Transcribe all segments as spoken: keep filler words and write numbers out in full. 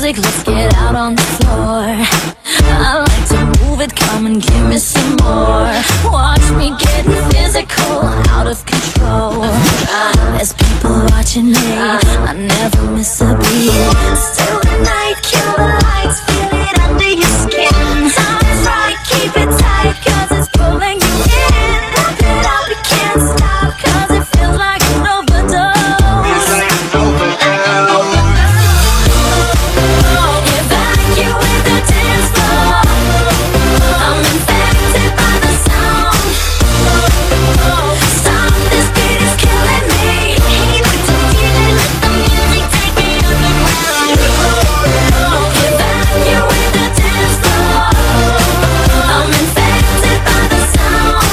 music, let's get out on the floor. I like to move it, come and give me some more. Watch me get physical, out of control. There's people watching me, I never miss a beat. Still the night, kill the lights, feel it under your skin. Time is right, keep it tight, cause it's pulling you in. Pump it up, you can't stop, cause it feels like an overdose. Evacuate the dance floor. I'm infected by the sound. Stop, this beat is killing me. Let the D J, let the music take me underground. Evacuate the dance floor. I'm infected by the sound.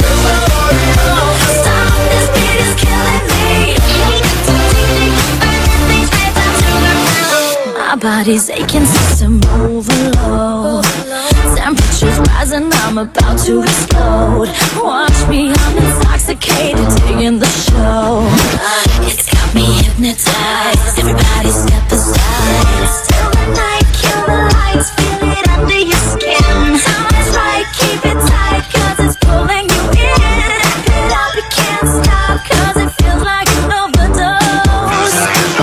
Stop, this beat is killing me. Let the D J burn things right down to the ground. My body's aching, system overload. Temperatures rising, I'm about to explode. Watch me, I'm intoxicated, digging the show. It's got me hypnotized, everybody step aside. Still the night, kill the lights, feel it under your skin. Time is right, keep it tight, cause it's pulling you in. Wrap it up, you can't stop, cause it feels like an overdose.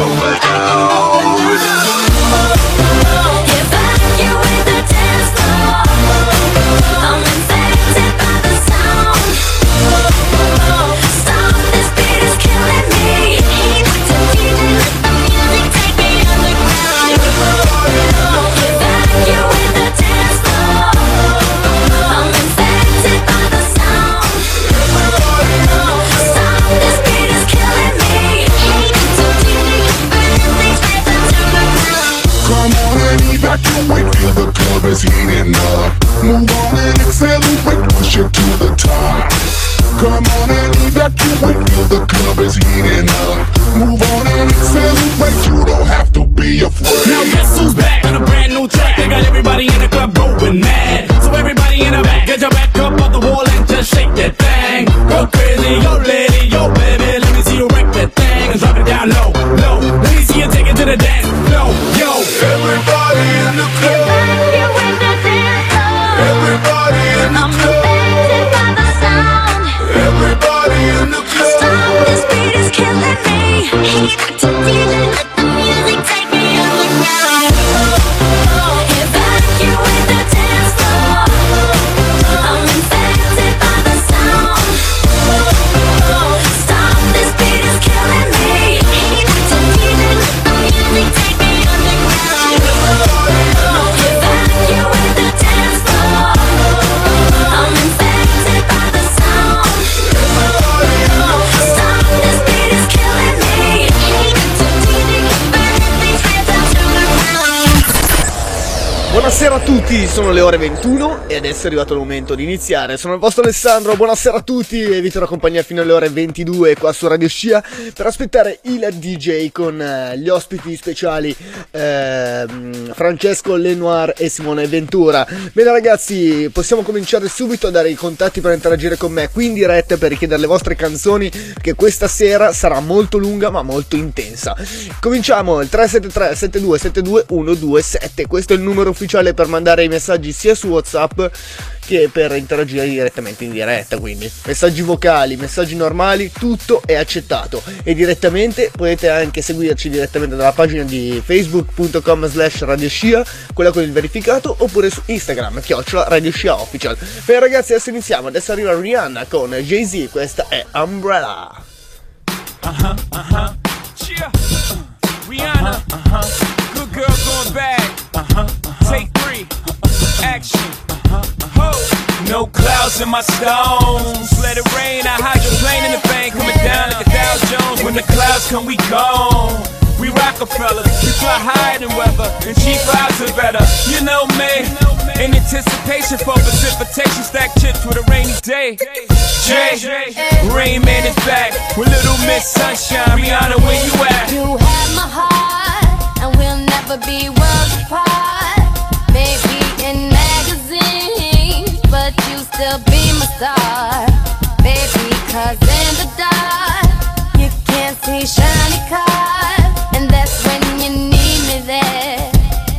Evacuate the dance floor. I'm infected by the sound. Stop, this beat is killing me. Let the D J, let the music take me underground. Evacuate the dance floor. I'm infected by the sound. Stop, this beat is killing me. Let the D J burn things right down to the ground. Come on and evacuate, feel the club is heating up. Move on and accelerate, push it to the top. Come on and evacuate, feel the club is heating up. Move on and accelerate, you don't have to be afraid. Now guess who's back on a brand new track? They got everybody in the club going mad. So everybody in the back, get your back up off the wall and just shake that thing. Go crazy, yo lady, yo baby, let me see you wreck that thing and drop it down low, low. Let me see you take it to the dance floor, yo. Everybody in the club. Evacuate the dance floor. Everybody in the I'm club. infected by the sound. Everybody in the club. Stop, this beat is killing me. Let the D J, let the music take me underground. Evacuate the dance floor. I'm infected by the sound. Stop, this beat is killing me. Let the D J, let the music take me underground. Evacuate the dance floor. I'm infected by the sound. Stop, this beat is killing me. Let the D J burn things right down to the ground. Buonasera a tutti, sono le ore ventuno e adesso è arrivato il momento di iniziare. Sono il vostro Alessandro, buonasera a tutti e vi terrò compagnia fino alle ore ventidue qua su Radio Scia per aspettare il D J con eh, gli ospiti speciali eh, Francesco Lenoir e Simone Ventura. Bene ragazzi, possiamo cominciare subito a dare i contatti per interagire con me qui in diretta per richiedere le vostre canzoni, che questa sera sarà molto lunga ma molto intensa. Cominciamo, il tre sette tre sette due sette due uno due sette, questo è il numero ufficiale per mandare i messaggi sia su WhatsApp che per interagire direttamente in diretta, quindi messaggi vocali, messaggi normali, tutto è accettato. E direttamente potete anche seguirci direttamente dalla pagina di facebook punto com slash Radio Scia, quella con il verificato, oppure su Instagram chiocciola Radio Scia Official. Bene ragazzi, adesso iniziamo, adesso arriva Rihanna con Jay-Z, questa è Umbrella. Uh-huh, uh-huh, yeah. uh, Rihanna, uh-huh, good girl going bad, uh-huh, uh-huh. Take three, uh-huh. Action, uh-huh, uh-huh. No clouds in my stones, let it rain, I hydroplane in the bank, coming down like a Dow Jones, when the clouds come we gone. We Rockefellers, we fly higher than weather, and cheap vibes are better. You know me, in anticipation for precipitation, stack chips with a rainy day. Jay, Rain Man is back with Little Miss Sunshine. Rihanna, where you at? You have my heart, and we'll never be worlds apart. Maybe in magazines, but you still be my star. Baby, cause in the dark, you can't see shiny cars. And that's when you need me there.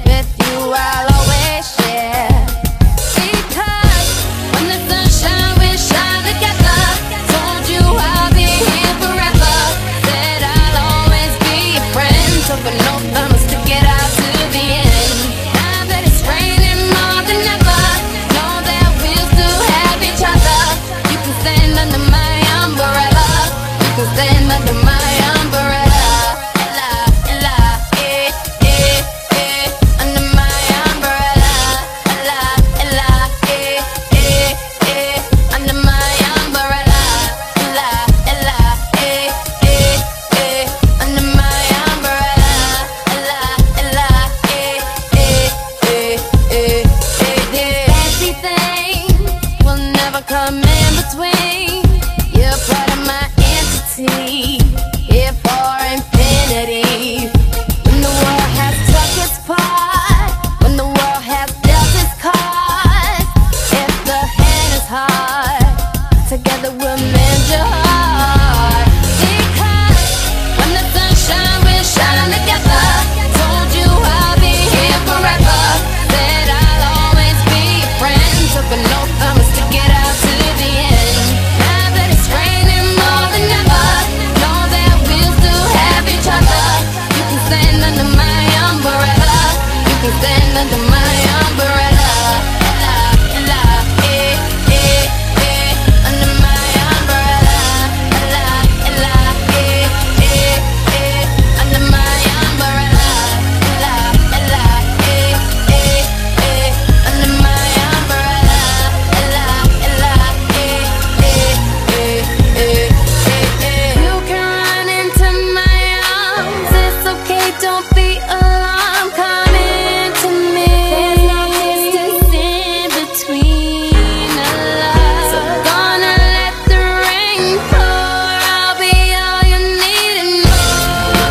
an oath I'ma stick it out to the end. Now that it's raining more than ever, know that we'll still have each other. You can stand under my umbrella, you can stand under my umbrella. Ella, ella, eh, eh, eh, under my umbrella. Ella, ella, eh, eh, eh, under my umbrella. Ella, ella, eh, eh, eh, under my umbrella. Ella, ella, eh, eh, eh, eh, eh, eh. Fancy things will never come in between. You're part of my entity, here for infinity. When the world has took its part, when the world has dealt its cards, if the hand is hard, together we'll mend your heart. Because when the sunshine will shine together, told you I'll be here forever, said I'll always be your friend. Took an oath I'ma stick it out to the end. Now that it's raining more than ever, know that we'll still have each other. You can stand under my umbrella, you can stand under my umbrella. Ella, ella, eh, eh, eh, under my umbrella. Ella, ella, eh, eh, eh, under my umbrella. Ella, ella, eh, eh, eh, under my umbrella. Ella, ella, eh, eh, eh, eh, eh, eh. You can run into my arms, it's okay, don't be alarmed. Come into me, there's no distance in between us. So gonna let the rain pour, I'll be all you need and more.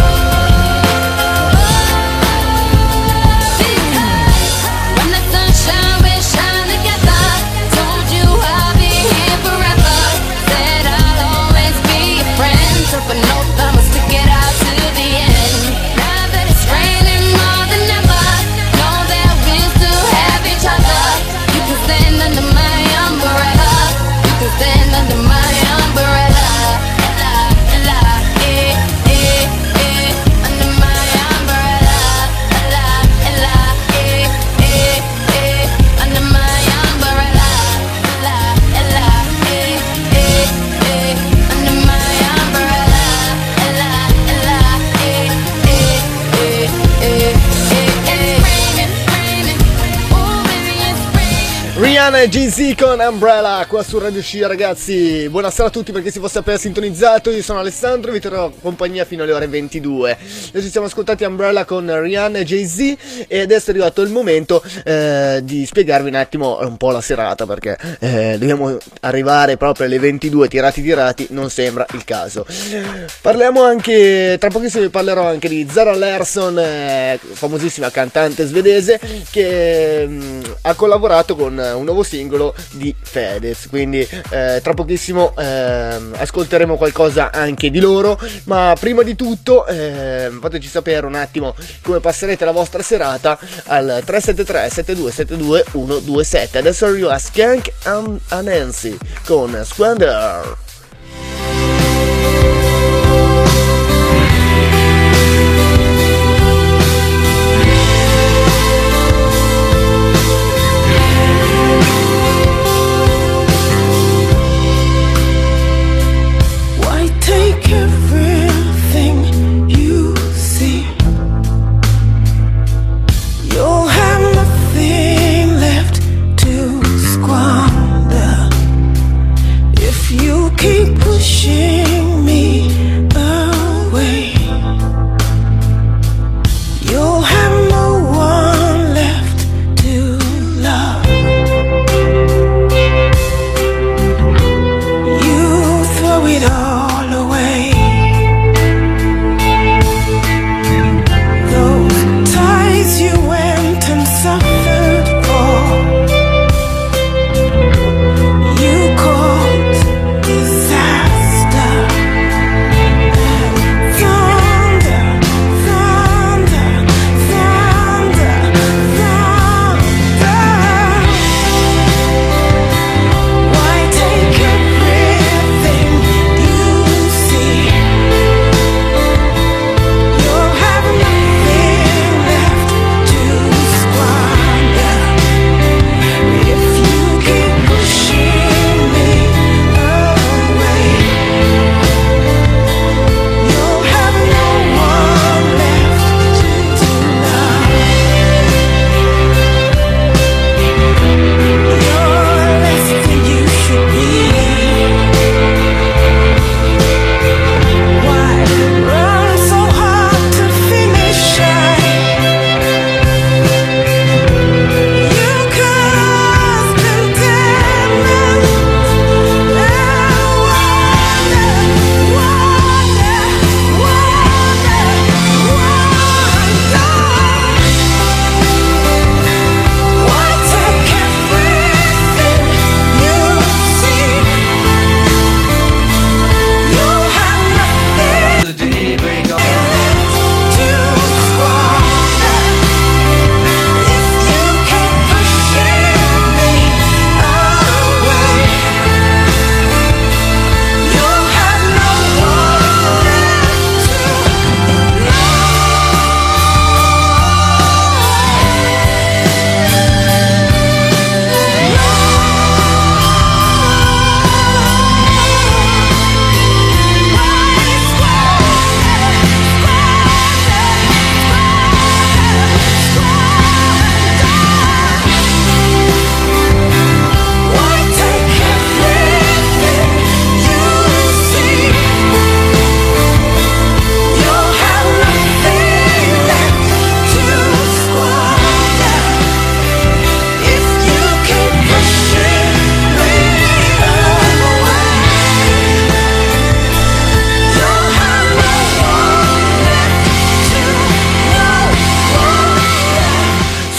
Because when the sunshine will shine together, told you I'll be here forever, said I'll always be your friend. Took an oath I'ma stick it out to the end. Now that it's raining more than ever, know that we'll still have each other. You can stand under my umbrella, you can stand under my umbrella. Ella, ella, eh, eh, eh, under my umbrella. Ella, ella, eh, eh, eh, under my umbrella. Ella, ella, eh, eh, eh, under my umbrella. Ella, ella, eh, eh, eh, eh, eh, eh. It's raining, raining, oh baby it's raining. Rihanna e Jay-Z con Umbrella qua su Radio Scia, ragazzi. Buonasera a tutti, perché si fosse appena sintonizzato. Io sono Alessandro, vi terrò compagnia fino alle ore ventidue. Adesso ci siamo ascoltati Umbrella con Rihanna e Jay-Z e adesso è arrivato il momento eh, di spiegarvi un attimo un po' la serata, perché eh, dobbiamo arrivare proprio alle ventidue tirati tirati, non sembra il caso. Parliamo anche, tra pochissimo vi parlerò anche di Zara Larsson, eh, famosissima cantante svedese che mh, ha collaborato con un nuovo singolo di Fedez, quindi eh, tra pochissimo eh, ascolteremo qualcosa anche di loro, ma prima di tutto eh, fateci sapere un attimo come passerete la vostra serata al tre sette tre sette due sette due uno due sette. Adesso arriva Skank and Nancy con Squander. Why take everything you see? You'll have nothing left to squander if you keep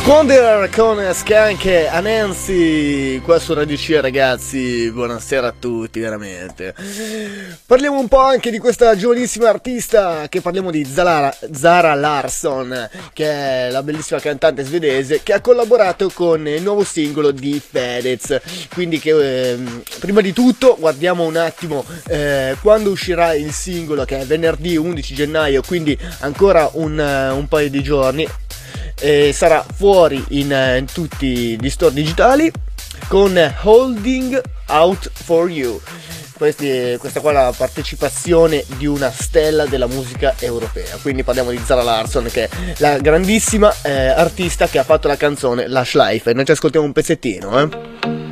Squander con Skank e Anansi qua su Radio C, ragazzi, buonasera a tutti, veramente. Parliamo un po' anche di questa giovanissima artista, che parliamo di Zara, Zara Larsson, che è la bellissima cantante svedese che ha collaborato con il nuovo singolo di Fedez. Quindi che eh, prima di tutto guardiamo un attimo eh, quando uscirà il singolo, che è venerdì undici gennaio, quindi ancora un, un paio di giorni. E sarà fuori in, in tutti gli store digitali con Holding Out For You. Questi, questa qua è la partecipazione di una stella della musica europea. Quindi parliamo di Zara Larsson, che è la grandissima eh, artista che ha fatto la canzone Lush Life. E noi ci ascoltiamo un pezzettino, eh.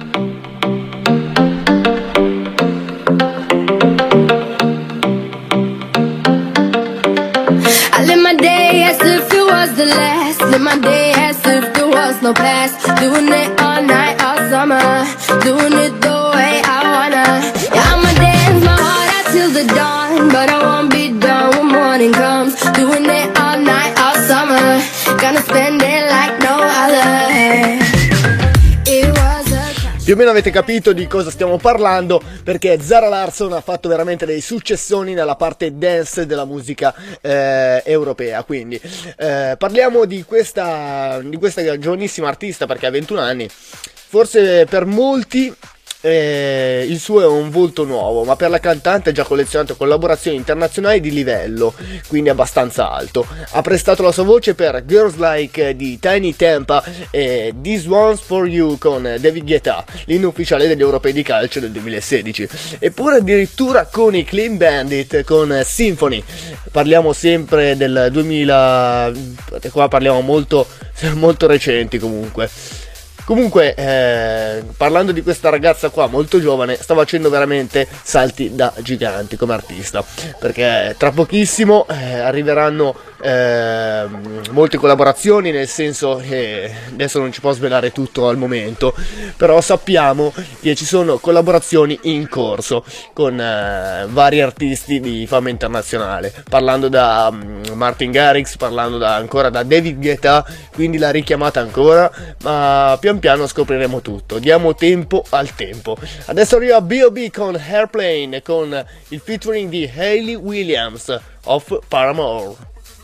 The last, live my day as if there was no past. Doing it all night, all summer. Doing it the way I wanna. Yeah, I'ma dance my heart out till the dawn, but I won't be done when morning comes. Doing it all night, all summer. Gonna spend it like no other. It was a Più o meno avete capito di cosa stiamo parlando, perché Zara Larsson ha fatto veramente dei successoni nella parte dance della musica eh, europea. Quindi eh, parliamo di questa, di questa giovanissima artista, perché ha ventuno anni. Forse per molti Eh, il suo è un volto nuovo, ma per la cantante ha già collezionato collaborazioni internazionali di livello, quindi abbastanza alto. Ha prestato la sua voce per Girls Like di Tiny Tempa e This One's For You con David Guetta, l'inno ufficiale degli europei di calcio del duemilasedici, eppure addirittura con i Clean Bandit con Symphony. Parliamo sempre del duemila, qua parliamo molto, molto recenti comunque. Comunque, eh, parlando di questa ragazza qua molto giovane, sta facendo veramente salti da giganti come artista, perché tra pochissimo eh, arriveranno eh, molte collaborazioni, nel senso che adesso non ci può svelare tutto al momento, però sappiamo che ci sono collaborazioni in corso con eh, vari artisti di fama internazionale, parlando da um, Martin Garrix, parlando da, ancora da David Guetta, quindi l'ha richiamata ancora, ma pian piano scopriremo tutto. Diamo tempo al tempo. Adesso arriva B O B con Airplane, con il featuring di Hayley Williams of Paramore.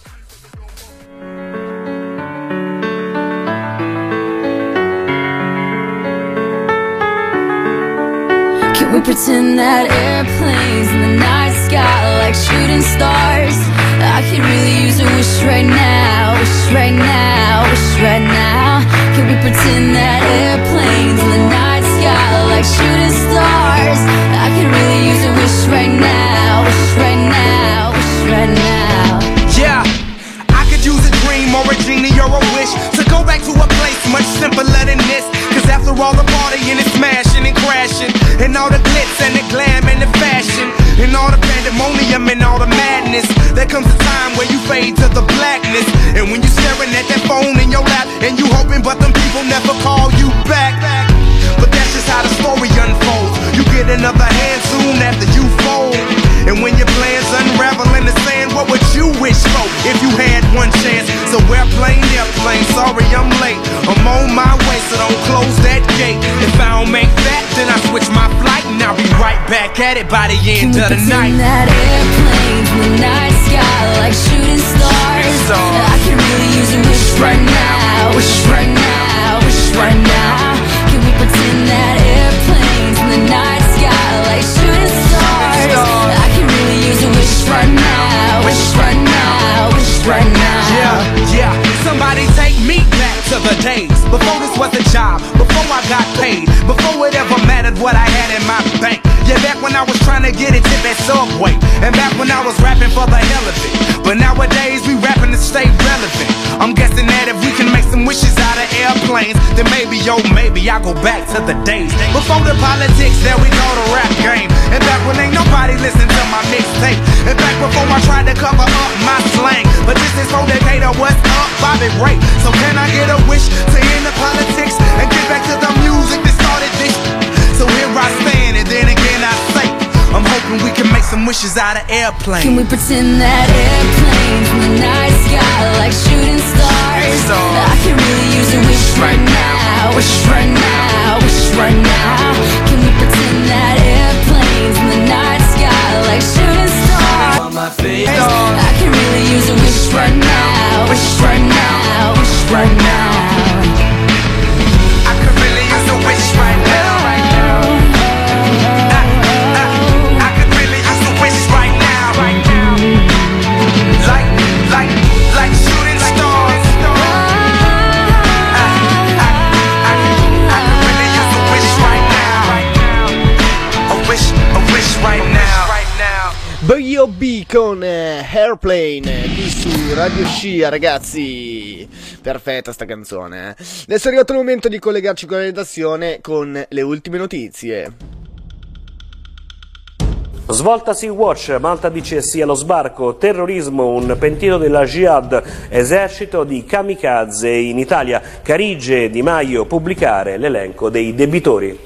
Can we pretend that airplanes in the night sky like shooting stars? I could really use a wish right now, wish right now, wish right now. Can we pretend that airplanes in the night sky like shooting stars? I could really use a wish right now, wish right now, wish right now. Yeah, I could use a dream or a genie or a wish to go back to a place much simpler than this. Cause after all the partying and smashing and crashing, and all the glitz and the glam and the fashion, and all the pandemonium and all the madness, there comes a time where you fade to the blackness. And when you're staring at that phone in your lap, and you hoping but them people never call you back. But that's just how the story unfolds. You get another hand soon after you fold. And when your plans unravel in the sand, what would you wish for if you had one chance? So airplane, airplane, sorry I'm late. I'm on my way, so don't close that gate. If I don't make that, then I switch my flight, and I'll be right back at it by the end of the night. That airplanes in the night sky like shooting stars. I can really use a wish right now, wish right now, wish right now. Can we pretend that airplanes in the night sky like shooting stars? I can really use a wish right now, wish right now, wish right now. Yeah, yeah, somebody take me back to the days before this was a job, before I got paid, before it ever mattered what I had in my bank. Yeah, back when I was trying to get it tip at Subway, and back when I was rapping for the hell of it. But nowadays we rapping to stay relevant. I'm guessing that if we can make some wishes out of airplanes, then maybe, yo, maybe I'll go back to the days before the politics, there we go, the rap game. And back when ain't nobody listen to my mixtape, and back before I tried to cover up my slang. But this is for Decatur, what's up, Bobby Ray? So can I get a wish to end the politics and get back to the music that started this? So here I stand, and then again I say, I'm hoping we can make some wishes out of airplanes. Can we pretend that airplanes in the night sky like shooting stars? I can really use a B con eh, Airplane qui su Radio Scia, ragazzi. Perfetta sta canzone, eh. Adesso è arrivato il momento di collegarci con la redazione con le ultime notizie. Svolta Sea-Watch, Malta dice sì allo sbarco, terrorismo, un pentito della Jihad, esercito di kamikaze in Italia, Carige, Di Maio, pubblicare l'elenco dei debitori.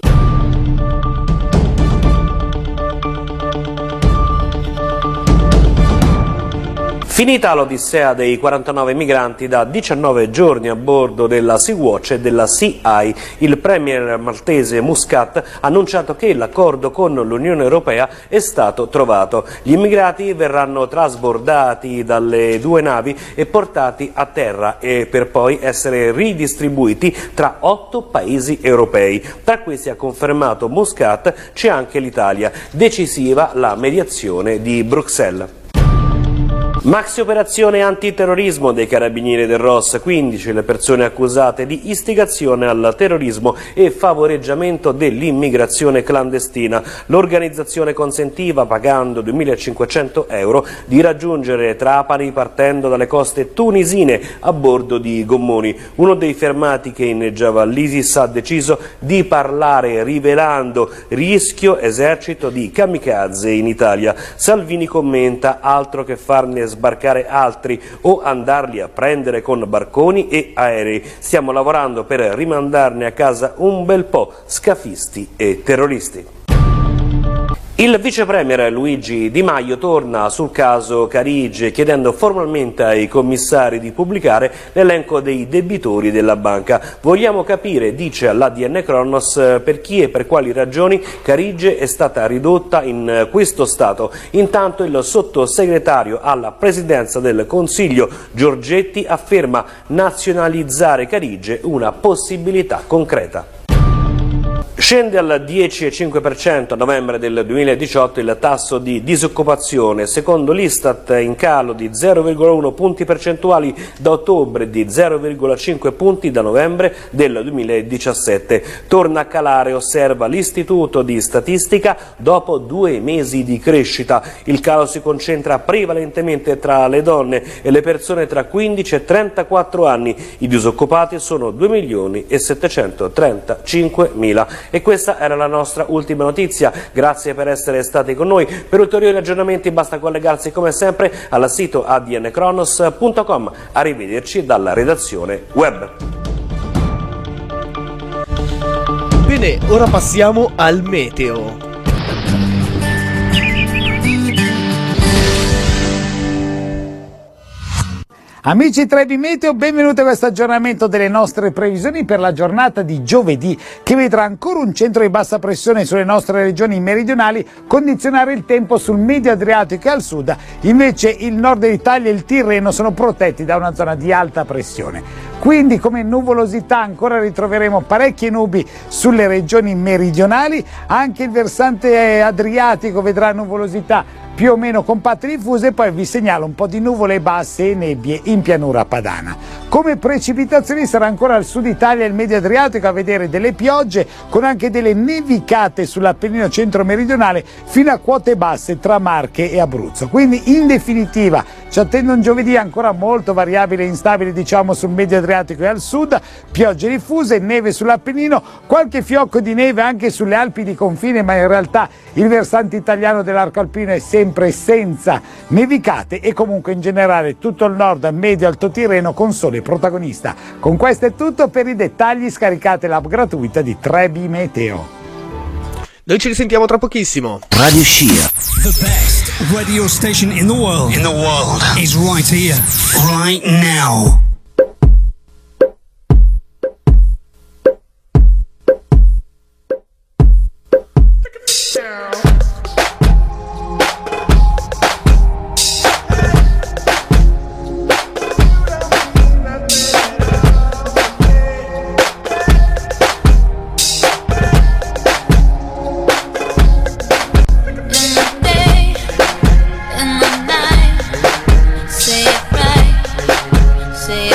Finita l'odissea dei quarantanove migranti da diciannove giorni a bordo della Sea-Watch e della Sea Eye, il premier maltese Muscat ha annunciato che l'accordo con l'Unione Europea è stato trovato. Gli immigrati verranno trasbordati dalle due navi e portati a terra e per poi essere ridistribuiti tra otto paesi europei. Tra questi, ha confermato Muscat, c'è anche l'Italia. Decisiva la mediazione di Bruxelles. Maxi operazione antiterrorismo dei carabinieri del Ross, quindici le persone accusate di istigazione al terrorismo e favoreggiamento dell'immigrazione clandestina. L'organizzazione consentiva, pagando duemilacinquecento euro, di raggiungere Trapani partendo dalle coste tunisine a bordo di gommoni. Uno dei fermati che inneggiava l'ISIS ha deciso di parlare, rivelando rischio esercito di kamikaze in Italia. Salvini commenta: altro che farne sbarcare altri o andarli a prendere con barconi e aerei. Stiamo lavorando per rimandarne a casa un bel po' scafisti e terroristi. Il vice premier Luigi Di Maio torna sul caso Carige, chiedendo formalmente ai commissari di pubblicare l'elenco dei debitori della banca. Vogliamo capire, dice all'A D N Kronos, per chi e per quali ragioni Carige è stata ridotta in questo stato. Intanto il sottosegretario alla presidenza del Consiglio Giorgetti afferma nazionalizzare Carige una possibilità concreta. Scende al dieci virgola cinque per cento a novembre del duemiladiciotto il tasso di disoccupazione, secondo l'Istat in calo di zero virgola uno punti percentuali da ottobre e di zero virgola cinque punti da novembre del duemiladiciassette. Torna a calare, osserva l'Istituto di Statistica, dopo due mesi di crescita. Il calo si concentra prevalentemente tra le donne e le persone tra quindici e trentaquattro anni. I disoccupati sono due milioni e settecentotrentacinquemila. E questa era la nostra ultima notizia. Grazie per essere stati con noi. Per ulteriori aggiornamenti basta collegarsi come sempre al sito a d n kronos punto com. Arrivederci dalla redazione web. Bene, ora passiamo al meteo. Amici Trebi Meteo, benvenuti a questo aggiornamento delle nostre previsioni per la giornata di giovedì, che vedrà ancora un centro di bassa pressione sulle nostre regioni meridionali condizionare il tempo sul medio Adriatico e al sud. Invece il nord dell'Italia e il Tirreno sono protetti da una zona di alta pressione. Quindi come nuvolosità ancora ritroveremo parecchie nubi sulle regioni meridionali, anche il versante adriatico vedrà nuvolosità più o meno compatte e diffuse, e poi vi segnalo un po' di nuvole basse e nebbie in pianura padana. Come precipitazioni sarà ancora al sud Italia e il medio Adriatico a vedere delle piogge, con anche delle nevicate sull'Appennino centro-meridionale fino a quote basse tra Marche e Abruzzo. Quindi in definitiva ci attende un giovedì ancora molto variabile e instabile, diciamo, sul medio Adriatico e al sud, piogge diffuse, neve sull'Appennino, qualche fiocco di neve anche sulle Alpi di confine, ma in realtà il versante italiano dell'arco alpino è sempre senza nevicate, e comunque in generale tutto il nord medio alto Tirreno con sole protagonista. Con questo è tutto. Per i dettagli scaricate l'app gratuita di Trebi Meteo. Noi ci risentiamo tra pochissimo. Radio Scia. The best radio station in the world. In the world. Is right here. Right now. Say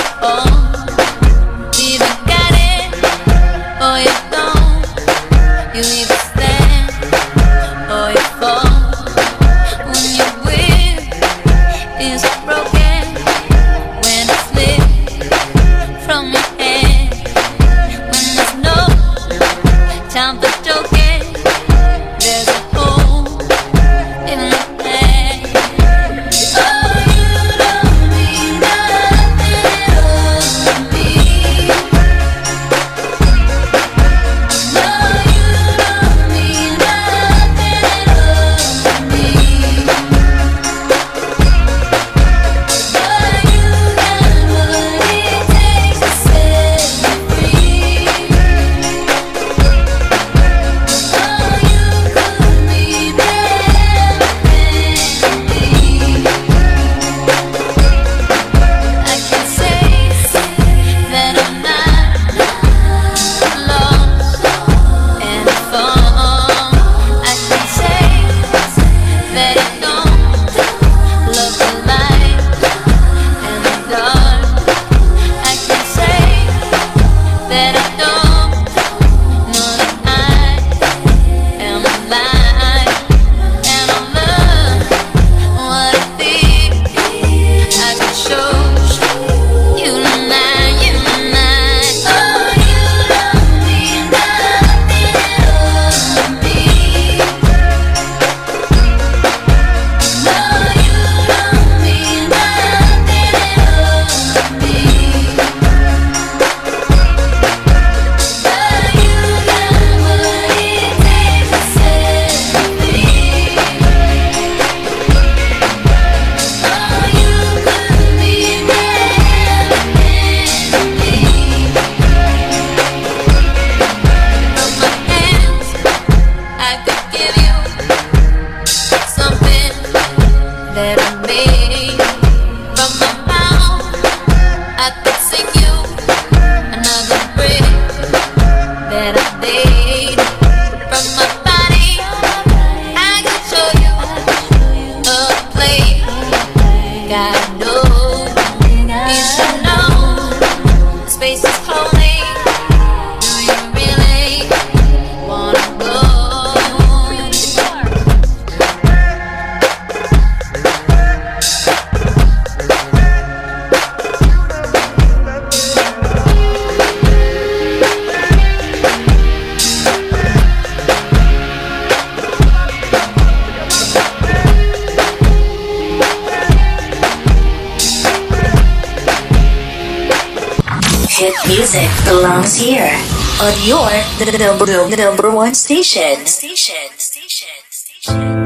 Hit music belongs here on your the number, the number one station. Station, station, station.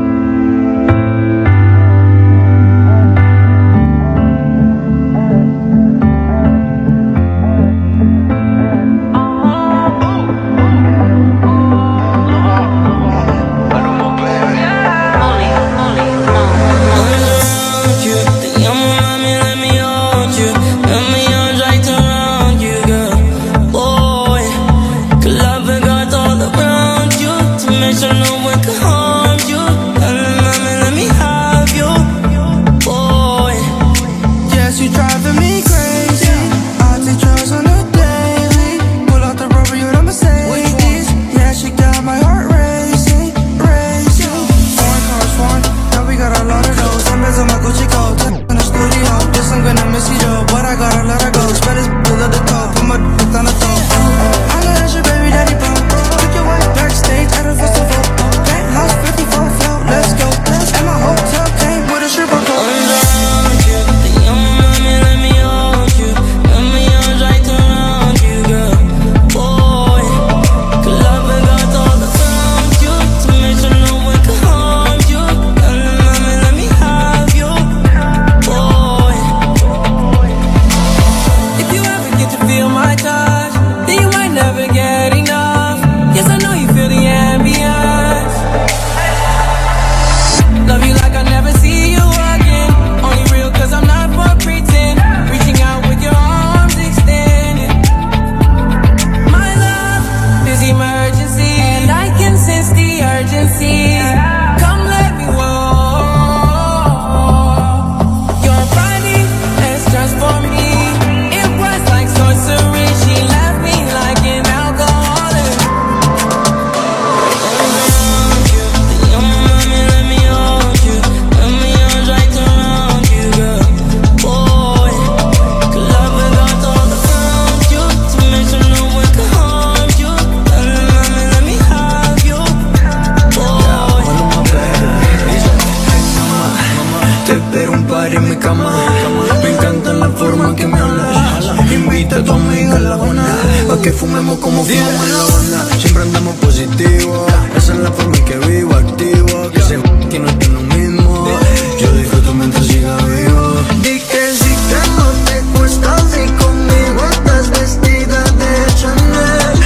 Que fumemos como fumamos en la banda. Siempre andamos positivo. Esa es la forma en que vivo, activo. Que se que no es lo mismo. Yo disfruto mientras siga vivo. Di que si que no te cuesta, si conmigo estás vestida de Chanel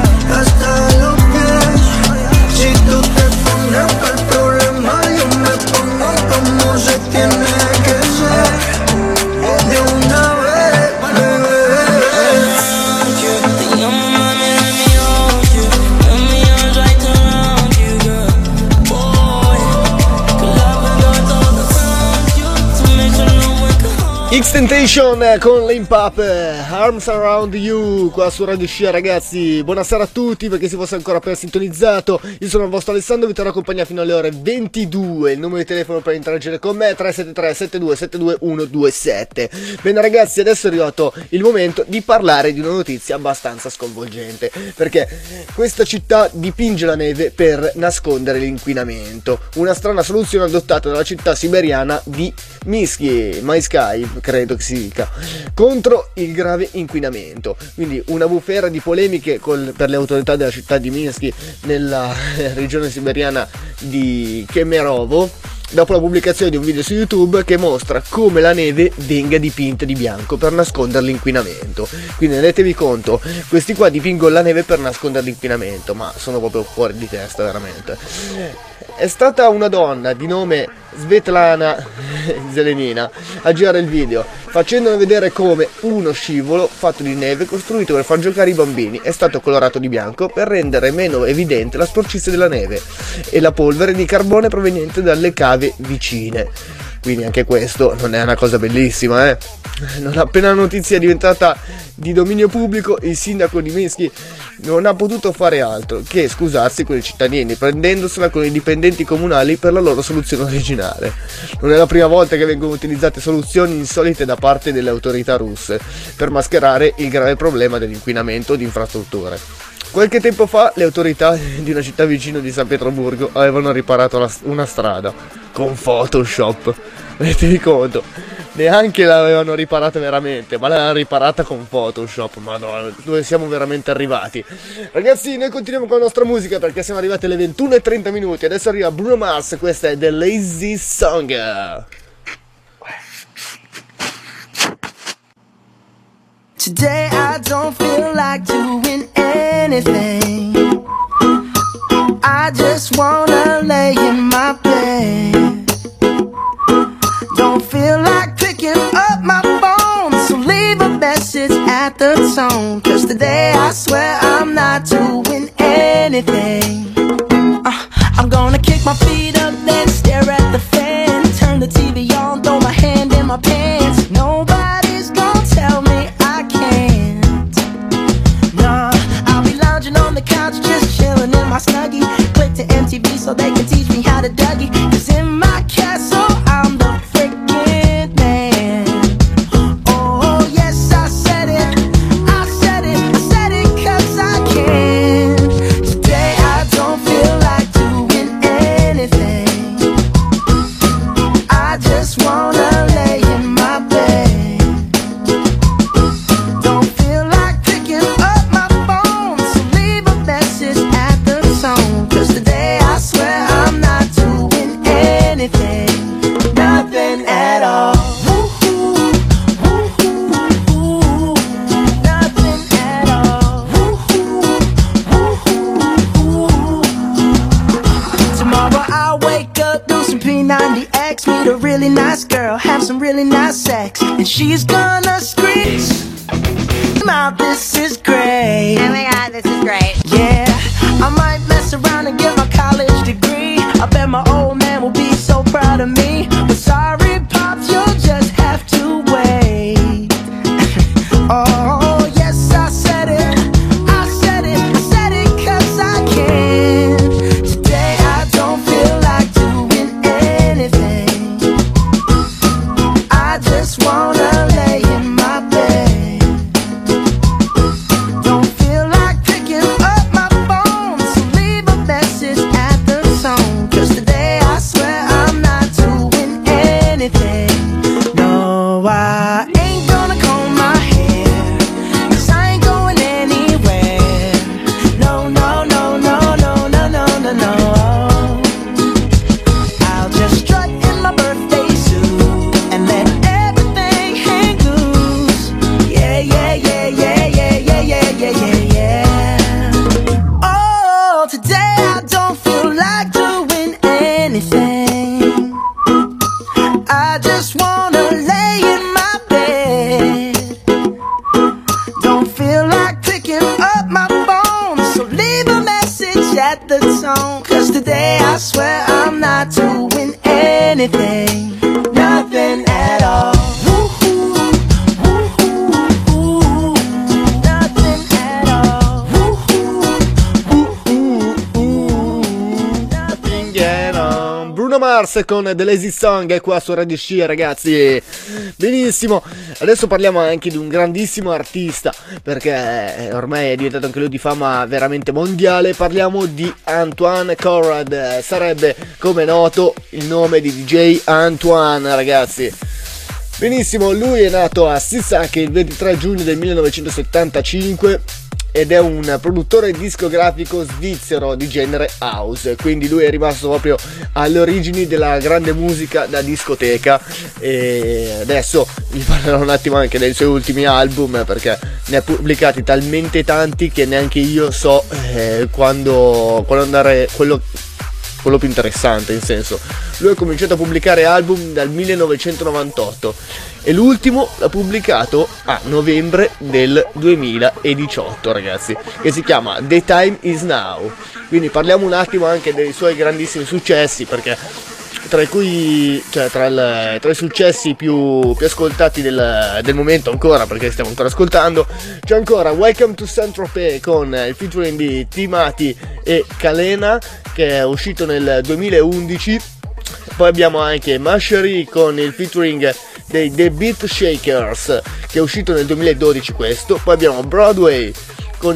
hasta los pies. Si tú te pones para el problema, yo me pongo como se tiene que ser. De una vez, bebé. X-Tentation con l'Imp Up, Arms Around You qua su Radio Scia. Ragazzi, buonasera a tutti, perché si fosse ancora appena sintonizzato, io sono il vostro Alessandro, vi terrò compagnia fino alle ore ventidue. Il numero di telefono per interagire con me è tre sette tre sette due sette due uno due sette. Bene ragazzi, adesso è arrivato il momento di parlare di una notizia abbastanza sconvolgente, perché questa città dipinge la neve per nascondere l'inquinamento. Una strana soluzione adottata dalla città siberiana di Minsky, Maiskai, credo che si dica, contro il grave inquinamento. Quindi una bufera di polemiche col, per le autorità della città di Minsky nella regione siberiana di Kemerovo, dopo la pubblicazione di un video su YouTube che mostra come la neve venga dipinta di bianco per nascondere l'inquinamento. Quindi rendetevi conto, questi qua dipingono la neve per nascondere l'inquinamento, ma sono proprio fuori di testa veramente. È stata una donna di nome Svetlana Zelenina a girare il video, facendone vedere come uno scivolo fatto di neve costruito per far giocare i bambini è stato colorato di bianco per rendere meno evidente la sporcizia della neve e la polvere di carbone proveniente dalle cave vicine. Quindi anche questo non è una cosa bellissima, eh? Non appena la notizia è diventata di dominio pubblico, il sindaco di Minsky non ha potuto fare altro che scusarsi con i cittadini, prendendosela con i dipendenti comunali per la loro soluzione originale. Non è la prima volta che vengono utilizzate soluzioni insolite da parte delle autorità russe per mascherare il grave problema dell'inquinamento di infrastrutture. Qualche tempo fa le autorità di una città vicino di San Pietroburgo avevano riparato la, una strada con Photoshop. Mettevi conto, neanche l'avevano riparata veramente, ma l'avevano riparata con Photoshop. Madonna, dove siamo veramente arrivati. Ragazzi, noi continuiamo con la nostra musica perché siamo arrivati alle ventuno e trenta minuti. Adesso arriva Bruno Mars, questa è The Lazy Song. Today I don't feel like doing anything. I just wanna lay in my bed. Don't feel like picking up my phone, so leave a message at the tone. Cause today I swear I'm not doing anything. uh, I'm gonna kick my feet up, then stare at the fan. Turn the T V on, throw my hand in my pants. Nobody's gonna tell me I can't. Nah, I'll be lounging on the couch, just chilling in my Snuggie. Click to M T V so they can teach me how to Dougie. Cause in my castle I'm the freaking man. Oh yes, I said it, I said it, I said it cause I can. Today I don't feel like doing anything. I just wanna lay in my bed. Don't feel like picking up my phone, so leave a message at the tone. Cause today I swear I'm not doing anything. Nothing at all. Woo-hoo, woo-hoo, woo-hoo. Nothing at all. Woo-hoo, woo-hoo, woo-hoo. Tomorrow I'll wake up, do some P ninety X, meet a really nice girl, have some really nice sex, and she's gonna scream out, this is great. Oh my god, this is great. Yeah, I might mess around and get my college degree. I bet my old man will be so proud of me. But sorry, Pops, you'll just have to wait. Oh, yes, I said it, I said it, I said it cause I can. Today I don't feel like doing anything. I just wanna lay in my bed. Don't feel like picking up my phone, so leave a message at the tone. Cause today I swear I'm not doing anything. No, I ain't gonna comb my hair, cause I ain't going anywhere. No, no, no, no, no, no, no, no, no. I'll just strut in my birthday suit and let everything hang loose. Yeah, yeah, yeah, yeah, yeah, yeah, yeah, yeah, yeah, yeah. Oh, today I don't feel like doing anything. I just wanna lay in my bed. Don't feel like picking up my phone, so leave a message at the tone. Cause today I swear I'm not doing anything. Nothing at all. Woo-hoo, woo-hoo, woo. Nothing at all. Woo-hoo, woo-hoo, nothing Get on. Bruno Mars con The Lazy Song qua su Radio Scia, ragazzi. Benissimo. Adesso parliamo anche di un grandissimo artista, perché ormai è diventato anche lui di fama veramente mondiale. Parliamo di Antoine Conrad. Sarebbe, come noto, il nome di D J Antoine, ragazzi. Benissimo, lui è nato a Sissac il ventitré giugno del millenovecentosettantacinque ed è un produttore discografico svizzero di genere house, quindi lui è rimasto proprio alle origini della grande musica da discoteca. E adesso vi parlerò un attimo anche dei suoi ultimi album, perché ne ha pubblicati talmente tanti che neanche io so eh, quando, quando andare quello quello più interessante, in senso, lui ha cominciato a pubblicare album dal millenovecentonovantotto e l'ultimo l'ha pubblicato a novembre del duemiladiciotto, ragazzi, che si chiama The Time Is Now. Quindi parliamo un attimo anche dei suoi grandissimi successi, perché tra cui, cioè tra, il, tra i successi più, più ascoltati del, del momento ancora, perché stiamo ancora ascoltando, c'è ancora Welcome to Saint-Tropez con il featuring di Timati e Kalena, che è uscito nel duemilaundici. Poi abbiamo anche Mashery con il featuring dei The Beat Shakers, che è uscito nel duemiladodici questo. Poi abbiamo Broadway con il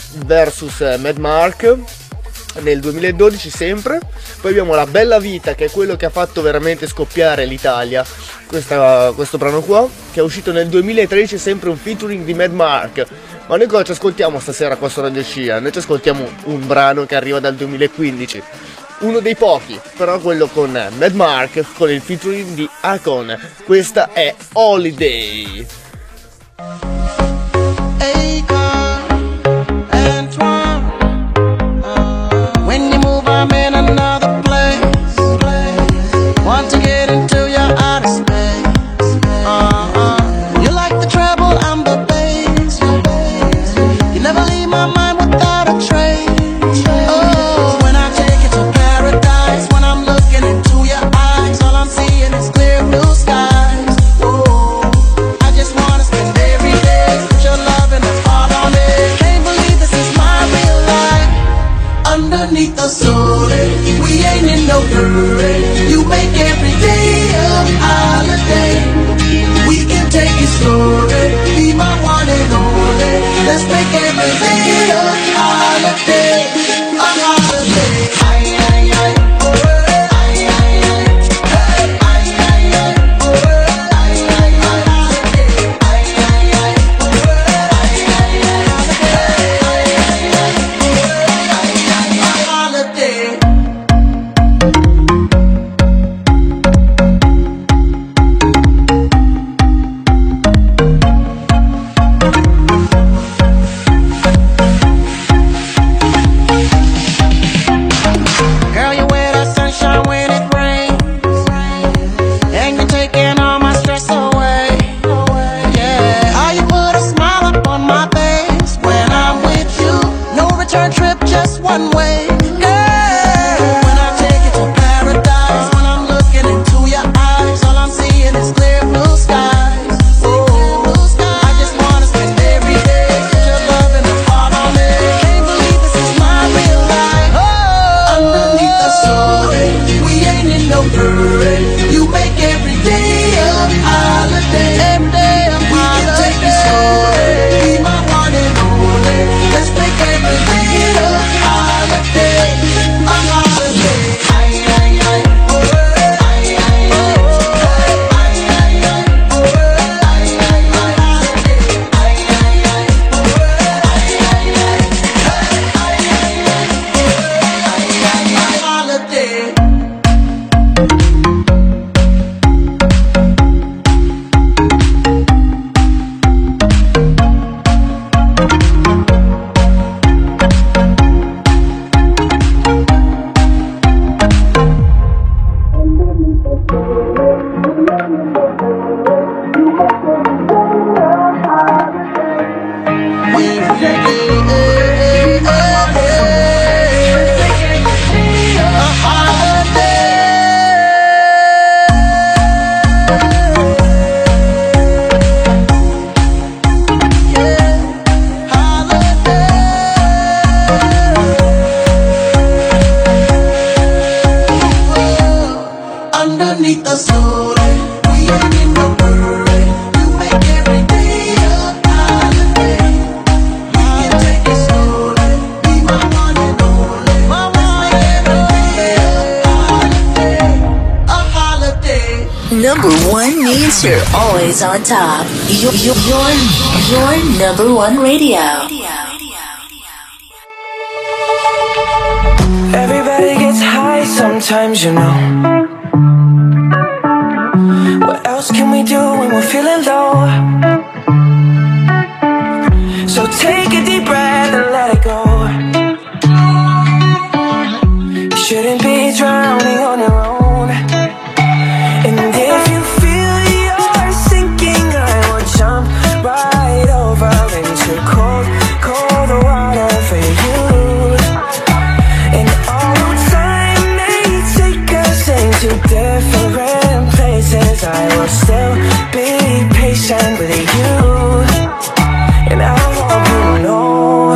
versus Mad Mark nel duemiladodici sempre. Poi abbiamo La Bella Vita, che è quello che ha fatto veramente scoppiare l'Italia, questa, questo brano qua, che è uscito nel duemilatredici, sempre un featuring di Mad Mark. Ma noi cosa ci ascoltiamo stasera qua su Radio Scia? Noi ci ascoltiamo un brano che arriva dal duemilaquindici, uno dei pochi, però quello con Mad Mark con il featuring di Akon. Questa è Holiday. I'm in another place. Want to get into your outer space. Uh-uh. You like the treble, I'm the bass. You never leave my mind without a trace. Oh, when I take you to paradise, when I'm looking into your eyes, all I'm seeing is clear blue skies. Oh, I just wanna spend every day with your love and that's all on it. Can't believe this is my real life. Underneath the sun, we ain't in no hurry. You make every day a holiday. We can take it slowly, be my one and only. Let's make every day a holiday, a holiday. Ay, ay, ay, oh, ay, ay, ay, hey, ay, ay, ay, oh, ay, ay, ay, holiday. Ay, ay, ay, oh, ay, ay, ay, holiday. Ay, ay, ay, oh, ay, ay, ay, holiday. Girl, you wear that sunshine when it rains, and you're taking all my stress away. Yeah, how you put a smile up on my face when I'm with you. No return trip, just one way. Yeah, when I take you to paradise, when I'm looking into your eyes, all I'm seeing is clear blue skies. Oh, I just wanna spend every day with your love and that's all on me. Can't believe this is my real life. Oh, underneath the sun, we ain't in no hurry. You make every day a holiday. Every day a holiday. We can take it slowly, be my one and only. Let's make every day a holiday, a holiday. Ay, ay, ay, oh, ay, ay, ay, hey, ay, ay, ay, oh, ay, ay, ay, holiday. Ay, ay, ay, oh, ay, ay, ay, hey, ay, ay, ay, oh, ay, ay, ay, holiday. Underneath the sun, we ain't in no hurry. You make every day a holiday. We can take it slowly, be my one and only. Let's make every day a holiday, a holiday. Number one means you're always on top. You're, you're, you're, you're number one radio. Everybody gets high sometimes, you know. What else can we do when we're feeling low? So take a deep breath and let it go. You shouldn't be drowning on your own. And if you feel you're sinking, I will jump right over into cold, cold water for you. And although time may take us into different places, I will still be patient with you. And I hope you know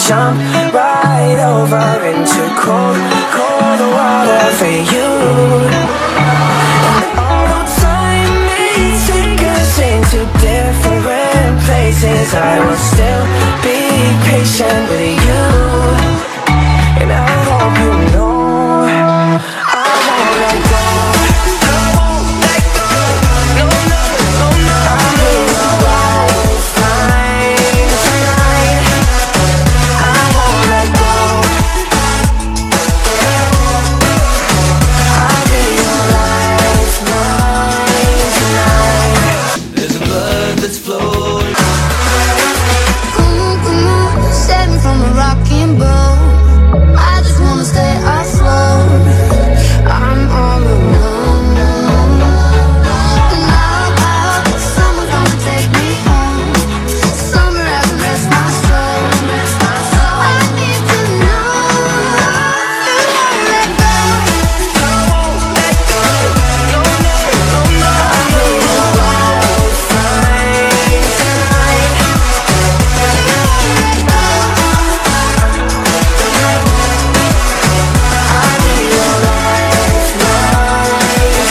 jump right over into cold, cold water for you. And although time may take us into different places, I will still be patient with you. And I hope you know I won't let go. I won't let go. No, no, no, no. I'll be your lifeline tonight. I won't let go. I'll be your lifeline tonight. There's a blood that's flowing. Come on, come on, save me from a rocking boat. I just wanna stay afloat. I'm all alone. And now I hope someone's gonna take me home. Somewhere I can rest my soul. I need to know you won't let go. I won't let go. No, no, no, no. I'll be your lifeline tonight. You won't let go. I'll be your lifeline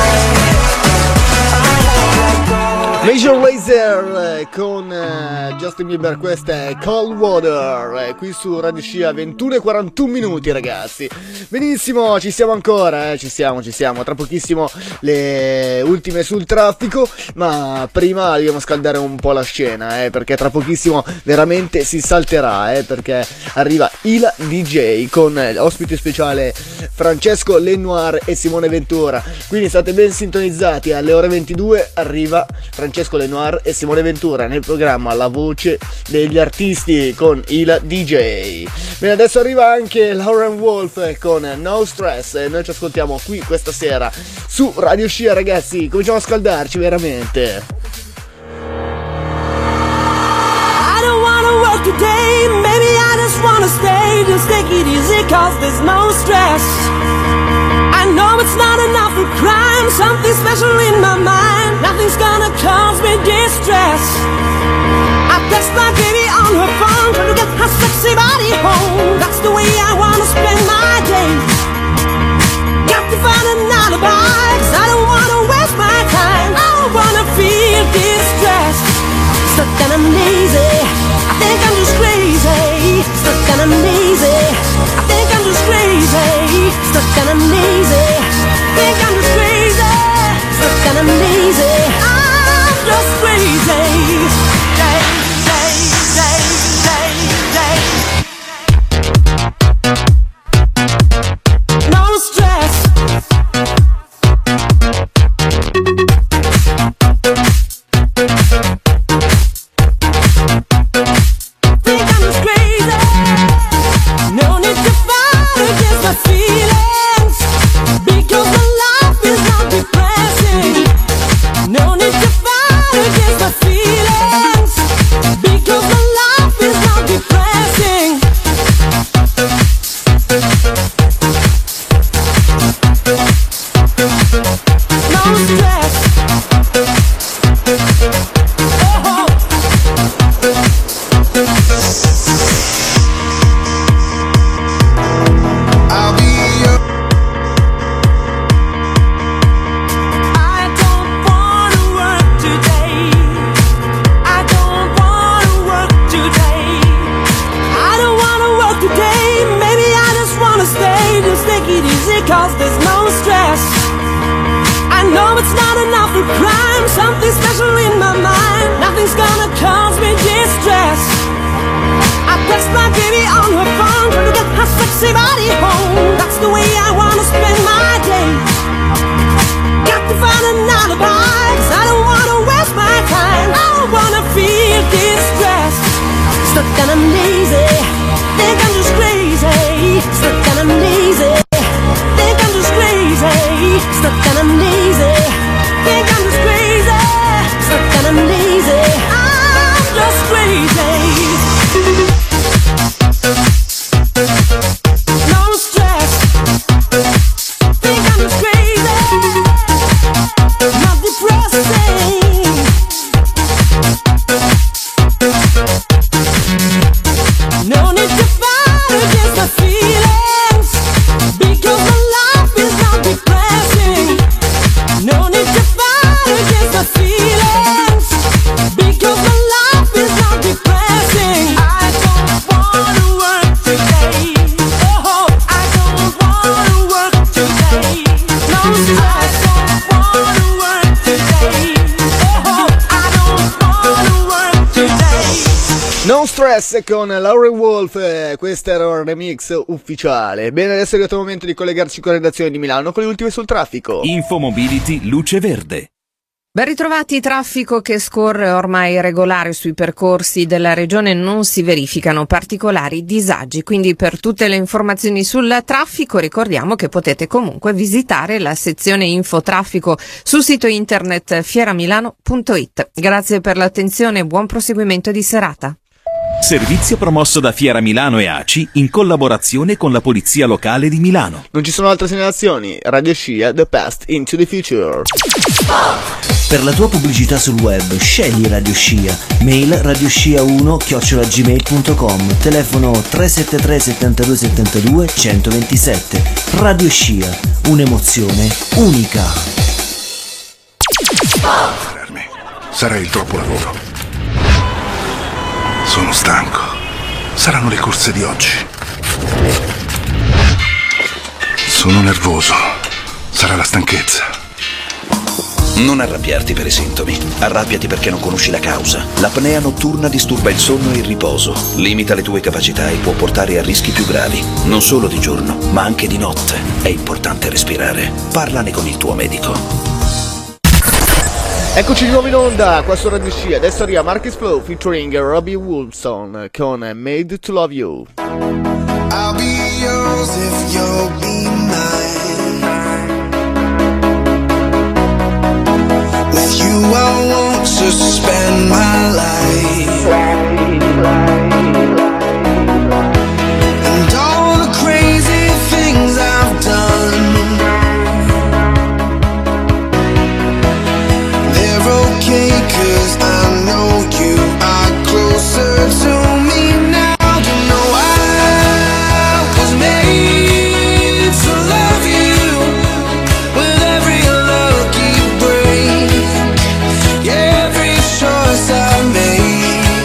tonight. Major Lazer eh, con eh, Justin Bieber, questa è Cold Water, eh, qui su Radio Scia, ventuno e quarantuno minuti ragazzi. Benissimo, ci siamo ancora, eh, ci siamo, ci siamo, tra pochissimo le ultime sul traffico, ma prima dobbiamo scaldare un po' la scena, eh, perché tra pochissimo veramente si salterà, eh, perché arriva Ila D J con eh, ospite speciale Francesco Lenoir e Simone Ventura, quindi state ben sintonizzati, alle ore ventidue arriva Francesco Lenoir e Simone Ventura nel programma La Voce degli Artisti con Ila D J. Bene, adesso arriva anche Lauren Wolf con No Stress e noi ci ascoltiamo qui questa sera su Radio Scia ragazzi, cominciamo a scaldarci veramente. I don't wanna work today, maybe I just wanna stay, just take it easy cause there's no stress. I know it's not enough for crime, something special in my mind, nothing's gonna cause me distress. I text my baby on her phone, trying to get her sexy body home, that's the way I wanna spend my day. Got to find an alibi, cause I don't wanna waste my time, I don't wanna feel distressed. Stuck and I'm lazy, I think I'm just crazy. Stuck and I'm lazy, I think I'm just crazy. Stuck and I'm lazy, think I'm just crazy. Stuck and I'm lazy, I'm just crazy. Day, day, day, day, day. No stress. Think I'm just crazy. No need to fight against my feelings, because my life is not depressing. No need to fight against my feelings, because my life is not depressing. No stress. Oh. I'll be your I don't wanna work today. I don't wanna work today. I don't wanna work today. Maybe I just wanna stay, just take it easy cause there's no stress. I know it's not enough for crime, something special in my mind, nothing's gonna cause me distress. I text my baby on her phone, trying to get her sexy body home, that's the way I wanna spend my day. Got to find an alibi, cause I don't wanna waste my time, I don't wanna feel distressed. Stuck and I'm lazy, think I'm just crazy. Stuck and I'm lazy, think I'm just crazy. Stuck and I'm lazy, think I'm just crazy. Stuck and I'm lazy, I'm just crazy. No stress, think I'm just crazy. Not depressing. No need No Stress con Laurel Wolf, eh, questo era un remix ufficiale. Bene, adesso è arrivato il momento di collegarci con la redazione di Milano con le ultime sul traffico. Infomobility luce verde. Ben ritrovati, traffico che scorre ormai regolare sui percorsi della regione, non si verificano particolari disagi, quindi per tutte le informazioni sul traffico ricordiamo che potete comunque visitare la sezione infotraffico sul sito internet fieramilano punto it. Grazie per l'attenzione e buon proseguimento di serata. Servizio promosso da Fiera Milano e A C I in collaborazione con la Polizia Locale di Milano. Non ci sono altre segnalazioni. Radio Scia, The Past into the Future. Per la tua pubblicità sul web scegli Radio Scia. Mail radioscia uno chiocciola gmail punto com. Telefono tre sette tre settantadue settantadue centoventisette. Radio Scia, un'emozione unica. Sarà il troppo lavoro. Sono stanco. Saranno le corse di oggi. Sono nervoso. Sarà la stanchezza. Non arrabbiarti per i sintomi. Arrabbiati perché non conosci la causa. L'apnea notturna disturba il sonno e il riposo. Limita le tue capacità e può portare a rischi più gravi. Non solo di giorno, ma anche di notte. È importante respirare. Parlane con il tuo medico. Eccoci di nuovo in onda qua su Radio Scia. Adesso arriva Marcus Flow featuring Robbie Wilson con Made to Love You. I'll be yours if you'll be mine. With you I want to spend my life. And all the crazy things I've done, okay, 'cause I know you are closer to me now. You know I was made to love you with every lucky break, every choice I made.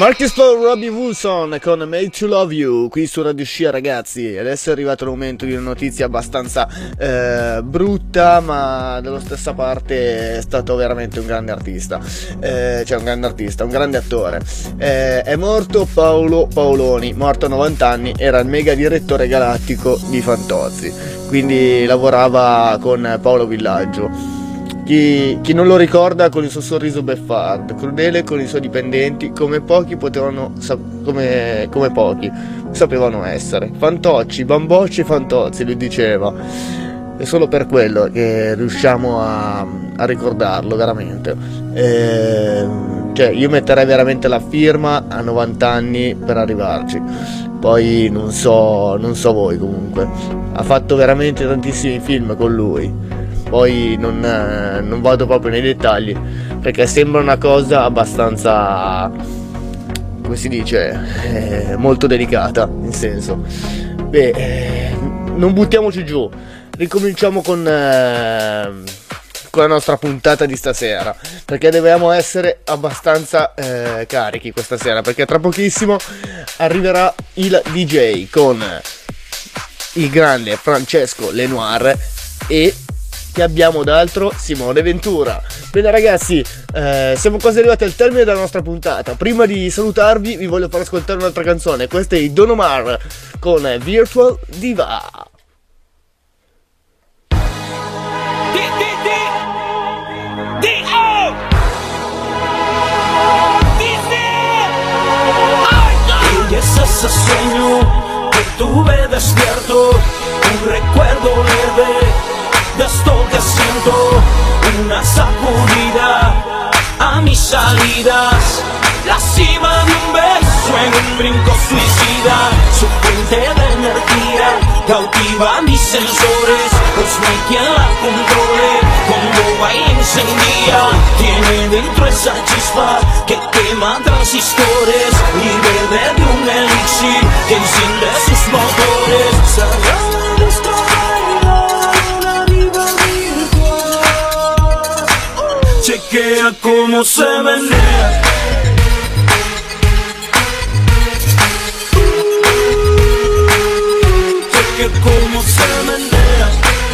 Marcus Paul, Robbie Wilson con Made to Love You qui su Radio Scia, ragazzi. Adesso è arrivato il momento di una notizia abbastanza eh, brutta, ma dalla stessa parte è stato veramente un grande artista, eh, cioè un grande artista, un grande attore. Eh, è morto Paolo Paoloni, morto a novanta anni, era il mega direttore galattico di Fantozzi, quindi lavorava con Paolo Villaggio. Chi, chi non lo ricorda, con il suo sorriso beffardo, crudele con i suoi dipendenti, come pochi potevano, come, come pochi sapevano essere. Fantocci, bambocci e fantozzi, lui diceva. È solo per quello che riusciamo a, a ricordarlo, veramente. E, cioè, io metterei veramente la firma a novanta anni per arrivarci. Poi non so, non so voi comunque. Ha fatto veramente tantissimi film con lui. Poi non, non vado proprio nei dettagli perché sembra una cosa abbastanza, come si dice, eh, molto delicata, in senso. Beh, eh, non buttiamoci giù, ricominciamo con, eh, con la nostra puntata di stasera, perché dobbiamo essere abbastanza eh, carichi questa sera, perché tra pochissimo arriverà il D J con il grande Francesco Lenoir e che abbiamo d'altro Simone Ventura. Bene ragazzi, eh, siamo quasi arrivati al termine della nostra puntata. Prima di salutarvi vi voglio far ascoltare un'altra canzone. Questa è i Don Omar con Virtual Diva. Y es ese sueño que tuve despierto, un recuerdo leve de esto que siento, una sacudida a mis salidas, la cima de un beso en un brinco suicida, su fuente de energía cautiva mis sensores, pues no hay quien la controle, cuando baila encendida, tiene dentro esa chispa que quema transistores, y bebe de un elixir que enciende sus motores, sagrada nuestra chequea cómo se menea. Chequea cómo se menea.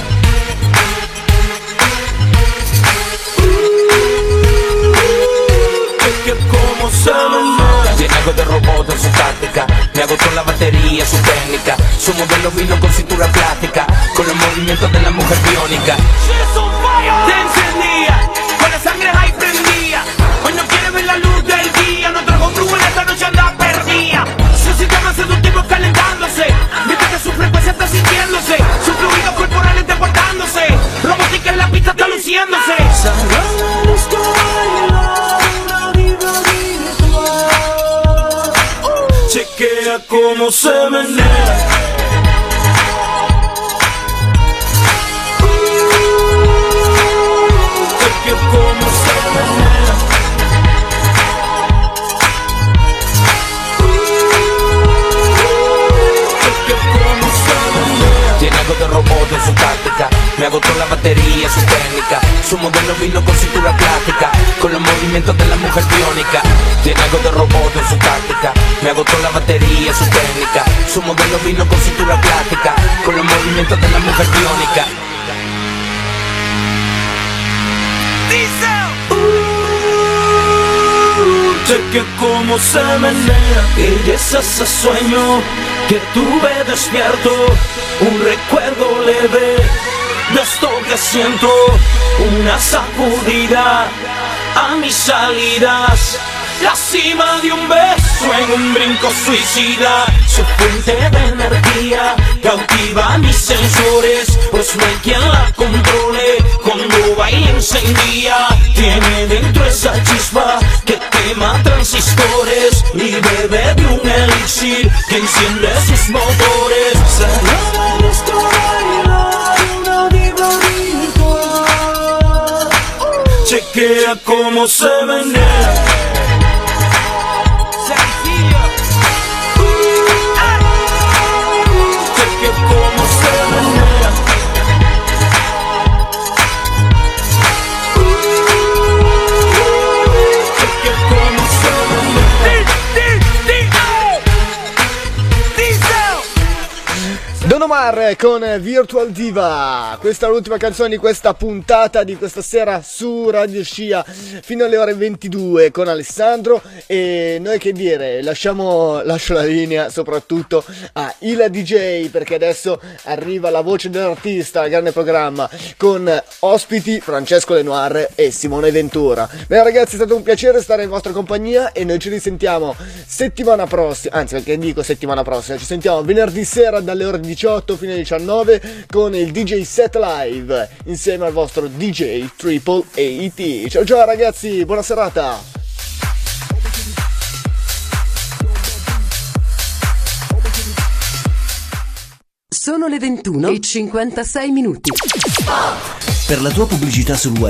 Chequea cómo se menea. Tiene algo de robot en su táctica, me agotó la batería, su técnica. Su modelo vino con cintura plástica, con los movimientos de la mujer biónica. Te encendía, con la sangre ahí prendía. Hoy no quiere ver la luz del día, no trago flujo en esta noche anda perdida. Su sistema seductivo calentándose, mientras que su frecuencia está sintiéndose, sus fluidos corporales deportándose, robótica en la pista está luciéndose. Chequea cómo se menea. Como se menea. Como se menea. Tiene algo de robot en su táctica, me agotó la batería, su técnica. Su modelo vino con cintura plástica, con los movimientos de la mujer biónica. Tiene algo de robot en su táctica, me agotó la batería, su técnica. Su modelo vino con cintura plástica, con los movimientos de la mujer biónica. Chequea cómo se menea. Y es ese sueño que tuve despierto, un recuerdo leve de esto que siento, una sacudida a mis salidas, la cima de un beso en un brinco suicida, su fuente de energía cautiva mis sensores, pues no hay quien la controle, cuando baila encendida, tiene dentro esa chispa que quema transistores, y bebe de un elixir que enciende sus motores. Sagrada nuestra bailar, una diva virtual. Chequea cómo se menea. Don Omar con Virtual Diva. Questa è l'ultima canzone di questa puntata di questa sera su Radio Scia fino alle ore ventidue con Alessandro. E noi che dire, lasciamo lascio la linea soprattutto a Ila D J, perché adesso arriva la voce dell'artista, il grande programma con ospiti Francesco Lenoir e Simone Ventura. Bene ragazzi, è stato un piacere stare in vostra compagnia e noi ci risentiamo settimana prossima, anzi perché dico settimana prossima, ci sentiamo venerdì sera dalle ore diciotto fino alle diciannove con il D J Set Live insieme al vostro D J Triple A T. Ciao ciao ragazzi, buona serata. Sono le ventuno e cinquantasei minuti. Per la tua pubblicità sul web